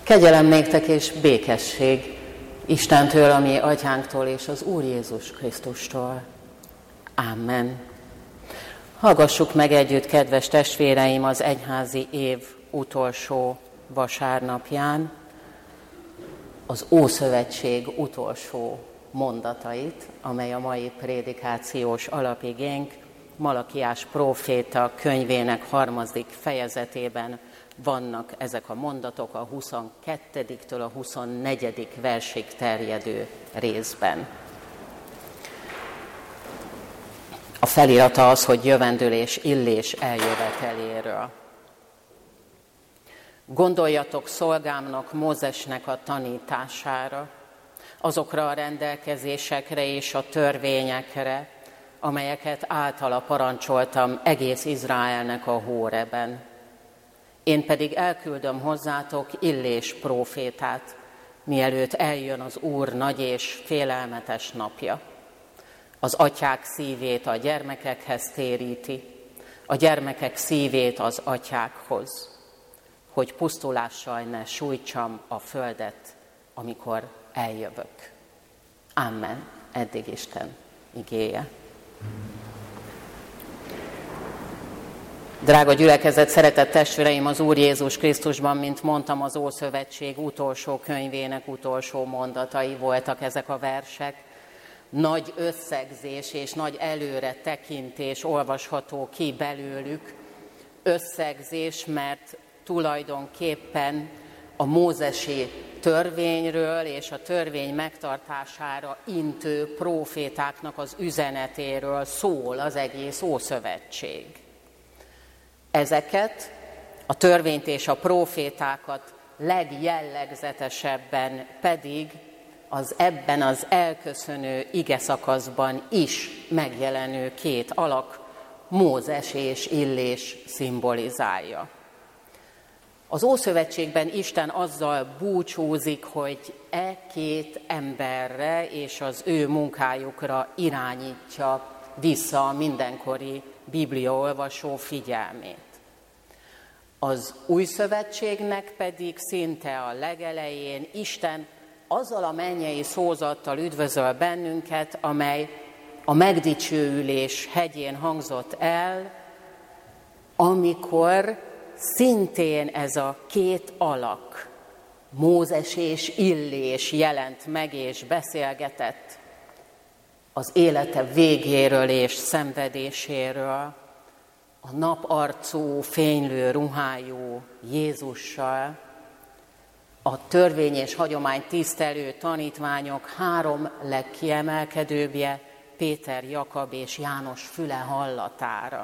Kegyelem néktek és békesség Istentől, a mi atyánktól és az Úr Jézus Krisztustól. Amen. Hallgassuk meg együtt, kedves testvéreim, az egyházi év utolsó vasárnapján az Ószövetség utolsó mondatait, amely a mai prédikációs alapigénk Malakiás próféta könyvének 3. fejezetében vannak ezek a mondatok a 22-től a 24. versig terjedő részben. A felirata az, hogy jövendőlés, illés eljöveteléről. Gondoljatok szolgámnak, Mózesnek a tanítására, azokra a rendelkezésekre és a törvényekre, amelyeket általa parancsoltam egész Izraelnek a Hóreben. Én pedig elküldöm hozzátok Illés prófétát, mielőtt eljön az Úr nagy és félelmetes napja. Az atyák szívét a gyermekekhez téríti, a gyermekek szívét az atyákhoz, hogy pusztulással ne sújtsam a földet, amikor eljövök. Amen. Eddig Isten igéje. Drága gyülekezet, szeretett testvéreim, az Úr Jézus Krisztusban, mint mondtam, az Ószövetség utolsó könyvének utolsó mondatai voltak ezek a versek. Nagy összegzés és nagy előre tekintés olvasható ki belőlük. Összegzés, mert tulajdonképpen a mózesi törvényről és a törvény megtartására intő prófétáknak az üzenetéről szól az egész Ószövetség. Ezeket, a törvényt és a prófétákat legjellegzetesebben pedig az ebben az elköszönő igeszakaszban is megjelenő két alak, Mózes és Illés szimbolizálja. Az Ószövetségben Isten azzal búcsúzik, hogy két emberre és az ő munkájukra irányítja vissza a mindenkori bibliaolvasó figyelmét. Az Új Szövetségnek pedig szinte a legelején Isten azzal a mennyei szózattal üdvözöl bennünket, amely a megdicsőülés hegyén hangzott el, amikor szintén ez a két alak, Mózes és Illés jelent meg és beszélgetett az élete végéről és szenvedéséről, a naparcú, fénylő ruhájú Jézussal, a törvény és hagyomány tisztelő tanítványok három legkiemelkedőbbje, Péter, Jakab és János füle hallatára,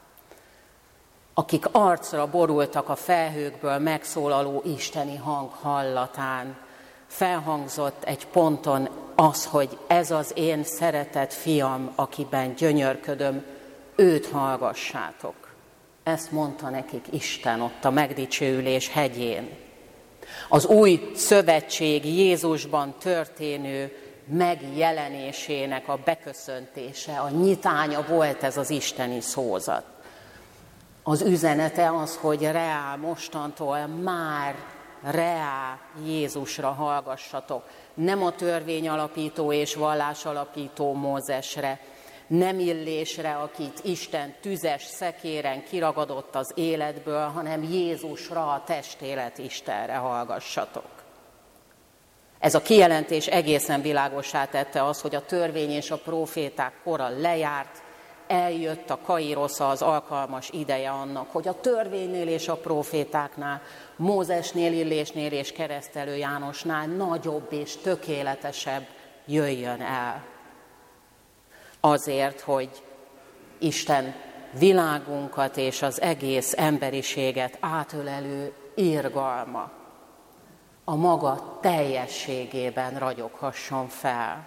akik arcra borultak a felhőkből megszólaló isteni hang hallatán. Felhangzott egy ponton az, hogy ez az én szeretett fiam, akiben gyönyörködöm, őt hallgassátok. Ezt mondta nekik Isten ott a megdicsőülés hegyén. Az új szövetség Jézusban történő megjelenésének a beköszöntése, a nyitánya volt ez az isteni szózat. Az üzenete az, hogy reál mostantól már reál Jézusra hallgassatok. Nem a törvény alapító és vallás alapító Mózesre, nem Illésre, akit Isten tüzes szekéren kiragadott az életből, hanem Jézusra, a testélet Istenre hallgassatok. Ez a kijelentés egészen világossá tette az, hogy a törvény és a próféták kora lejárt, eljött a kairosza, az alkalmas ideje annak, hogy a törvénynél és a prófétáknál, Mózesnél, Illésnél és Keresztelő Jánosnál nagyobb és tökéletesebb jöjjön el. Azért, hogy Isten világunkat és az egész emberiséget átölelő irgalma a maga teljességében ragyoghasson fel.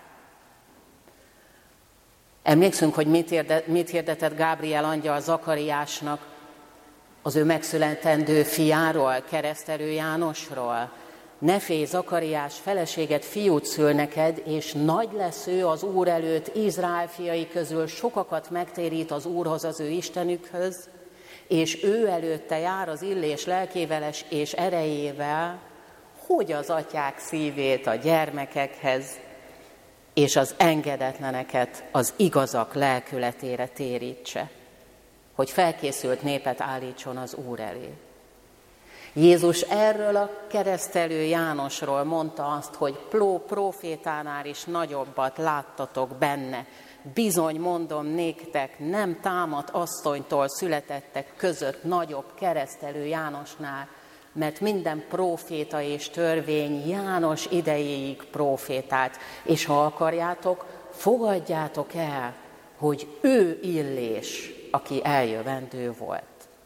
Emlékszünk, hogy mit hirdetett Gábriel angyal Zakariásnak az ő megszületendő fiáról, Keresztelő Jánosról. Ne félj, Zakariás, feleséged fiút szül neked, és nagy lesz ő az Úr előtt, Izrael fiai közül sokakat megtérít az Úrhoz, az ő Istenükhöz, és ő előtte jár az Illés lelkével és erejével, hogy az atyák szívét a gyermekekhez, és az engedetleneket az igazak lelkületére térítse, hogy felkészült népet állítson az Úr elé. Jézus erről a keresztelő Jánosról mondta azt, hogy prófétánál is nagyobbat láttatok benne. Bizony mondom néktek, nem támadt asszonytól születettek között nagyobb keresztelő Jánosnál, mert minden próféta és törvény János idejéig prófétált. És ha akarjátok, fogadjátok el, hogy ő Illés, aki eljövendő volt.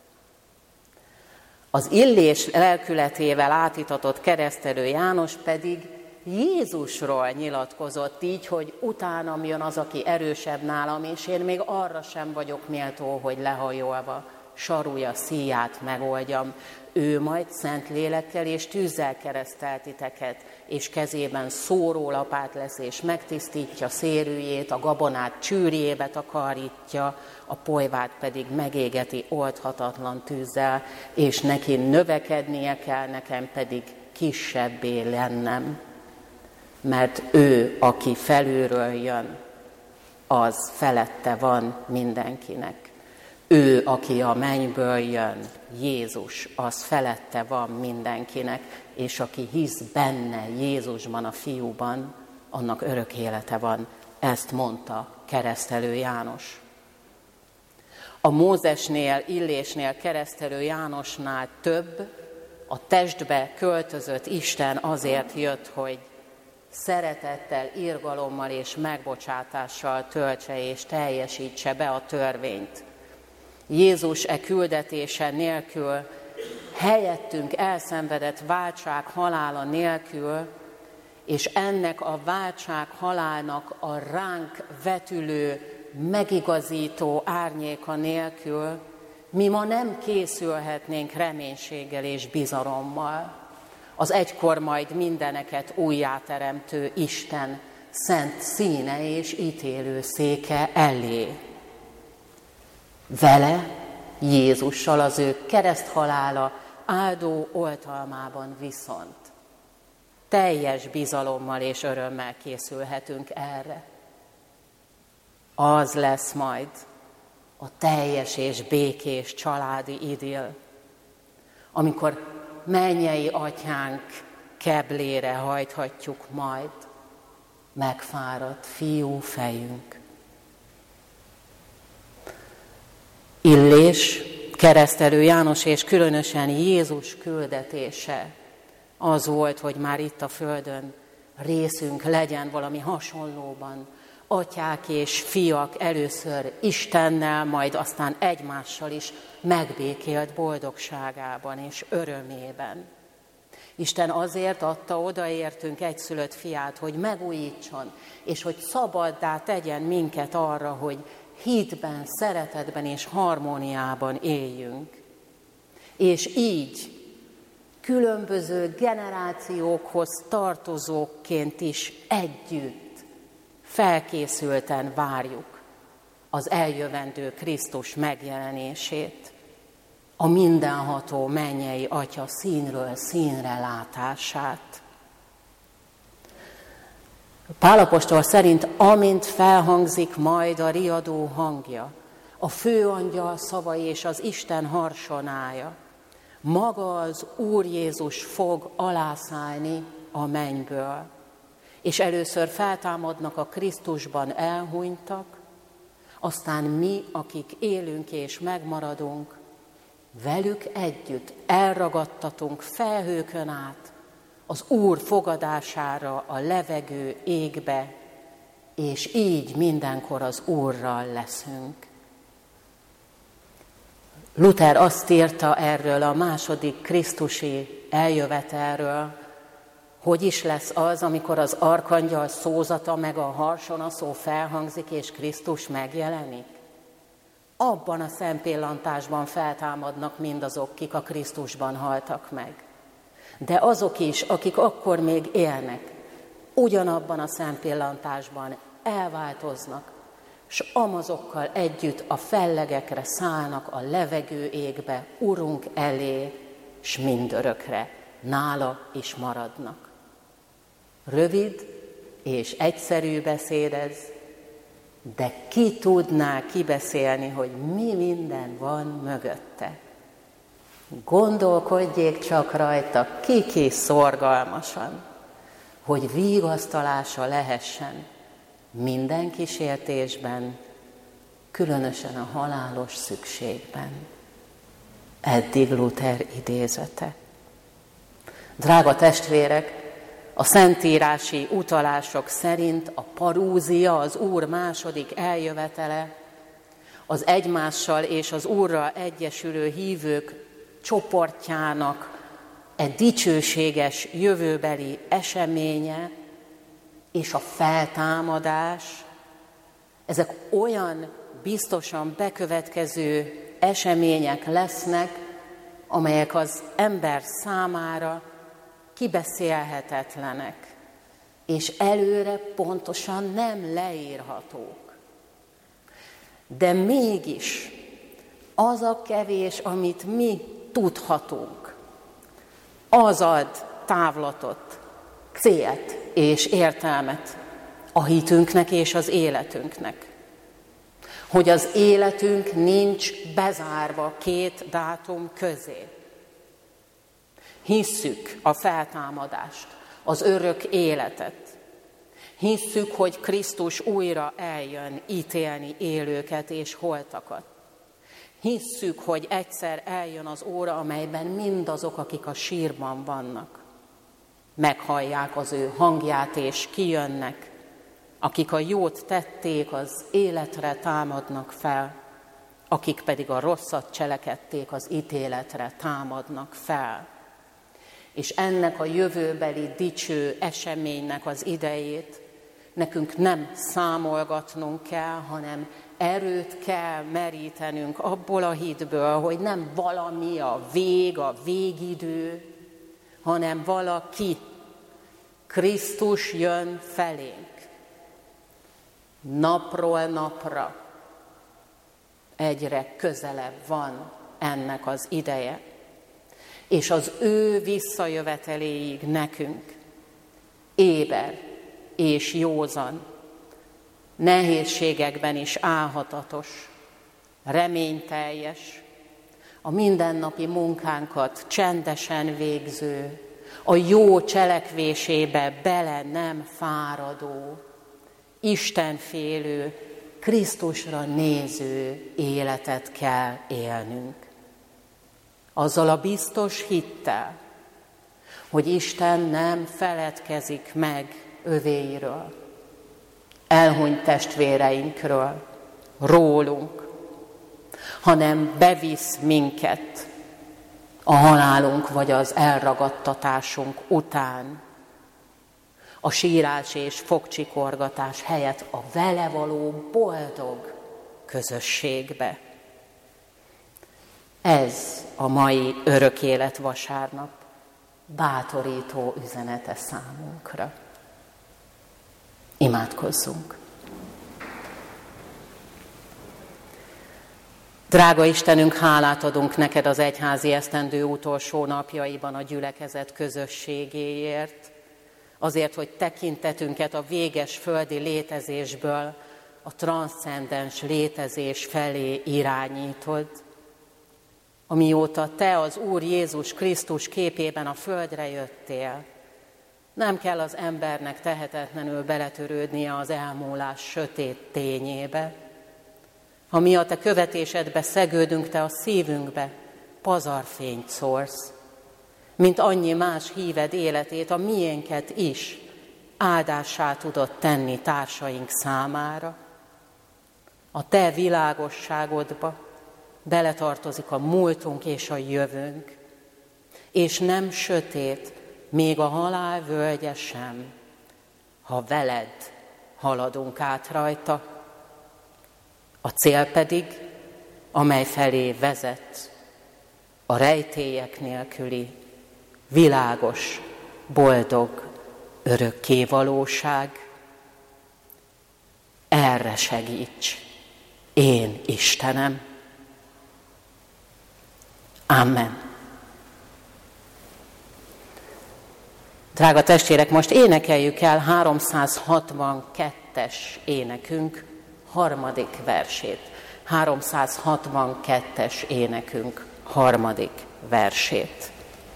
Az Illés lelkületével átitatott keresztelő János pedig Jézusról nyilatkozott így, hogy utánam jön az, aki erősebb nálam, és én még arra sem vagyok méltó, hogy lehajolva sarúja szíját megoldjam. Ő majd szent lélekkel és tűzzel keresztel titeket, és kezében szórólapát lesz, és megtisztítja szérűjét, a gabonát csűrjébe takarítja, a polyvát pedig megégeti oldhatatlan tűzzel, és neki növekednie kell, nekem pedig kisebbé lennem. Mert ő, aki felülről jön, az felette van mindenkinek. Ő, aki a mennyből jön, Jézus, az felette van mindenkinek, és aki hisz benne, Jézusban, a Fiúban, annak örök élete van. Ezt mondta keresztelő János. A Mózesnél, Illésnél, keresztelő Jánosnál több, a testbe költözött Isten azért jött, hogy szeretettel, irgalommal és megbocsátással töltse és teljesítse be a törvényt. Jézus küldetése nélkül, helyettünk elszenvedett váltság halála nélkül, és ennek a váltság halálnak a ránk vetülő, megigazító árnyéka nélkül, mi ma nem készülhetnénk reménységgel és bizalommal az egykor majd mindeneket újjáteremtő Isten szent színe és ítélő széke elé. Vele, Jézussal, az ő kereszthalála áldó oltalmában viszont teljes bizalommal és örömmel készülhetünk erre. Az lesz majd a teljes és békés családi idill, amikor mennyei atyánk keblére hajthatjuk majd megfáradt fiú fejünk. Illés, keresztelő János és különösen Jézus küldetése az volt, hogy már itt a földön részünk legyen valami hasonlóban. Atyák és fiak először Istennel, majd aztán egymással is megbékélt boldogságában és örömében. Isten azért adta odaértünk egyszülött fiát, hogy megújítson, és hogy szabaddá tegyen minket arra, hogy hitben, szeretetben és harmóniában éljünk. És így különböző generációkhoz tartozókként is együtt felkészülten várjuk az eljövendő Krisztus megjelenését, a mindenható mennyei Atya színről színre látását. Pál apostol szerint, amint felhangzik majd a riadó hangja, a főangyal szavai és az Isten harsonája, maga az Úr Jézus fog alászállni a mennyből, és először feltámadnak a Krisztusban elhunytak, aztán mi, akik élünk és megmaradunk, velük együtt elragadtatunk felhőkön át az Úr fogadására a levegő égbe, és így mindenkor az Úrral leszünk. Luther azt írta erről a második krisztusi eljövetelről, hogy is lesz az, amikor az arkangyal szózata meg a harsonaszó felhangzik, és Krisztus megjelenik. Abban a szempillantásban feltámadnak mindazok, kik a Krisztusban haltak meg. De azok is, akik akkor még élnek, ugyanabban a szempillantásban elváltoznak, s amazokkal együtt a fellegekre szállnak a levegő égbe, Urunk elé, s mindörökre nála is maradnak. Rövid és egyszerű beszéd ez, de ki tudná kibeszélni, hogy mi minden van mögötte. Gondolkodjék csak rajta, ki szorgalmasan, hogy vigasztalása lehessen minden kísértésben, különösen a halálos szükségben. Eddig Luther idézete. Drága testvérek, a szentírási utalások szerint a parúzia, az Úr második eljövetele, az egymással és az Úrral egyesülő hívők csoportjának egy dicsőséges jövőbeli eseménye és a feltámadás, ezek olyan biztosan bekövetkező események lesznek, amelyek az ember számára kibeszélhetetlenek, és előre pontosan nem leírhatók. De mégis az a kevés, amit mi tudhatunk, az ad távlatot, célt és értelmet a hitünknek és az életünknek. Hogy az életünk nincs bezárva két dátum közé. Hisszük a feltámadást, az örök életet. Hisszük, hogy Krisztus újra eljön ítélni élőket és holtakat. Hisszük, hogy egyszer eljön az óra, amelyben mindazok, akik a sírban vannak, meghallják az ő hangját és kijönnek. Akik a jót tették, az életre támadnak fel, akik pedig a rosszat cselekedték, az ítéletre támadnak fel. És ennek a jövőbeli dicső eseménynek az idejét nekünk nem számolgatnunk kell, hanem erőt kell merítenünk abból a hitből, hogy nem valami a végidő, hanem valaki, Krisztus jön felénk. Napról napra egyre közelebb van ennek az ideje, és az ő visszajöveteléig nekünk éber és józan, nehézségekben is álhatatos, reményteljes, a mindennapi munkánkat csendesen végző, a jó cselekvésébe bele nem fáradó, Istenfélő, Krisztusra néző életet kell élnünk. Azzal a biztos hittel, hogy Isten nem feledkezik meg övéiről, elhunyt testvéreinkről, rólunk, hanem bevisz minket a halálunk vagy az elragadtatásunk után, a sírás és fogcsikorgatás helyett a vele való boldog közösségbe. Ez a mai örök élet vasárnap bátorító üzenete számunkra. Imádkozzunk! Drága Istenünk, hálát adunk neked az egyházi esztendő utolsó napjaiban a gyülekezet közösségéért, azért, hogy tekintetünket a véges földi létezésből a transzcendens létezés felé irányítod. Amióta te az Úr Jézus Krisztus képében a földre jöttél, nem kell az embernek tehetetlenül beletörődnie az elmúlás sötét tényébe. Ha mi a te követésedbe szegődünk, te a szívünkbe pazarfényt szórsz, mint annyi más híved életét, a miénket is áldássá tudod tenni társaink számára. A te világosságodba beletartozik a múltunk és a jövőnk, és nem sötét, még a halál völgye sem, ha veled haladunk át rajta. A cél pedig, amely felé vezet, a rejtélyek nélküli, világos, boldog, örökké valóság. Erre segíts, én Istenem. Amen. Drága testvérek, most énekeljük el 362-es énekünk harmadik versét. 362-es énekünk harmadik versét.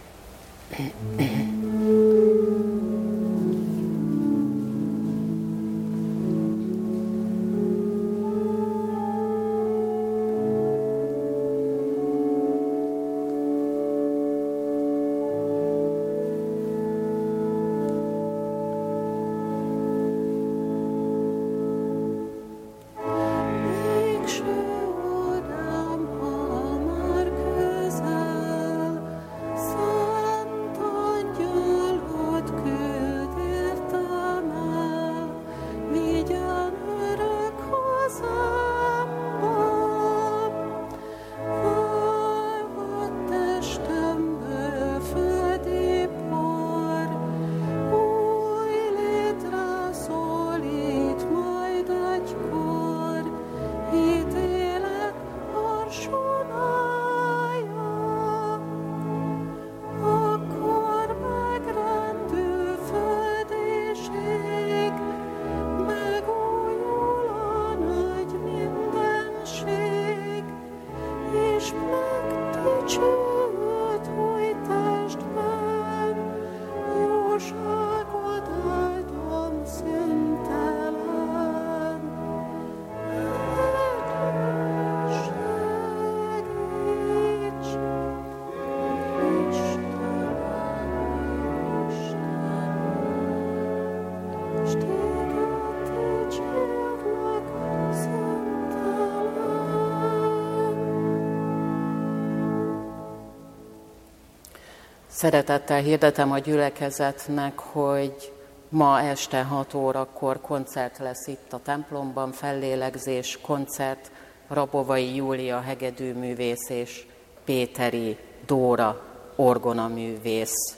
Szeretettel hirdetem a gyülekezetnek, hogy ma este 6 órakor koncert lesz itt a templomban, fellélegzés, koncert, Rabovai Júlia hegedűművész és Péteri Dóra orgonaművész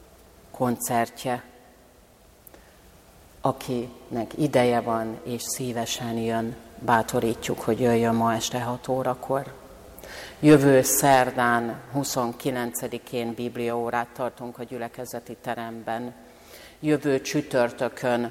koncertje. Akinek ideje van és szívesen jön, bátorítjuk, hogy jöjjön ma este 6 órakor. Jövő szerdán, 29-én bibliaórát tartunk a gyülekezeti teremben. Jövő csütörtökön,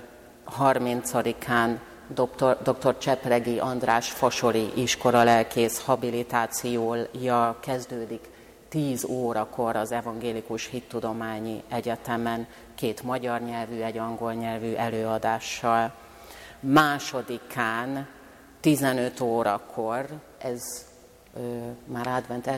30-án dr. Csepregi András fasori iskolalelkész habilitációja kezdődik 10 órakor az Evangélikus Hittudományi Egyetemen, 2 magyar nyelvű, 1 angol nyelvű előadással. Másodikán, 15 órakor, ez már advent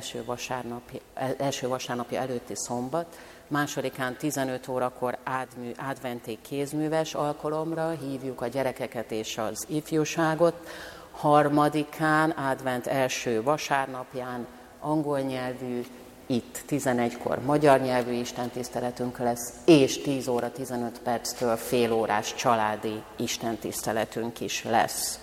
első vasárnapja előtti szombat, másodikán 15 órakor adventi kézműves alkalomra hívjuk a gyerekeket és az ifjúságot, harmadikán advent első vasárnapján angol nyelvű, itt 11-kor magyar nyelvű istentiszteletünk lesz, és 10 óra 15 perctől fél órás családi istentiszteletünk is lesz.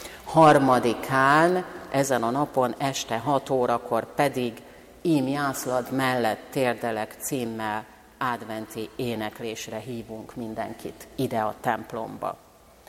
Harmadikán, ezen a napon este 6 órakor pedig Ím jászlad mellett térdelek címmel adventi éneklésre hívunk mindenkit ide a templomba.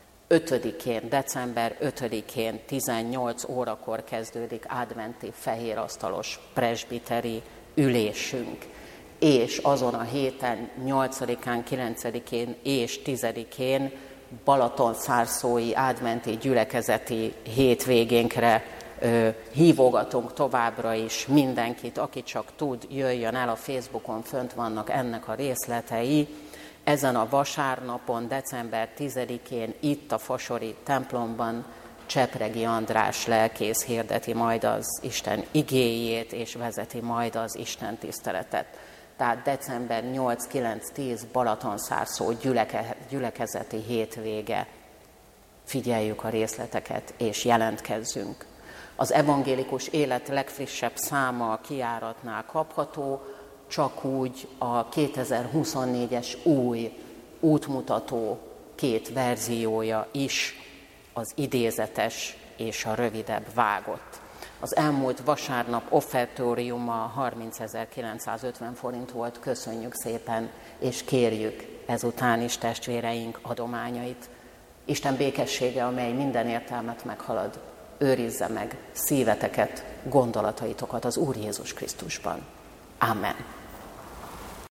5-én, december 5-én 18 órakor kezdődik adventi fehérasztalos presbiteri ülésünk, és azon a héten 8-án, 9-én és 10-én Balatonszárszói adventi gyülekezeti hétvégénkre hívogatunk továbbra is mindenkit, aki csak tud, jöjjön el, a Facebookon fönt vannak ennek a részletei. Ezen a vasárnapon, december 10-én itt a fasori templomban Csepregi András lelkész hirdeti majd az Isten igéjét, és vezeti majd az Isten tiszteletet. Tehát december 8-9-10 Balatonszárszó gyülekezeti hétvége. Figyeljük a részleteket, és jelentkezzünk. Az evangélikus élet legfrissebb száma a kijáratnál kapható, csak úgy a 2024-es új útmutató 2 verziója is, az idézetes és a rövidebb vágott. Az elmúlt vasárnap offertóriuma 30.950 forint volt, köszönjük szépen, és kérjük ezután is testvéreink adományait. Isten békessége, amely minden értelmet meghalad, őrizze meg szíveteket, gondolataitokat az Úr Jézus Krisztusban. Amen.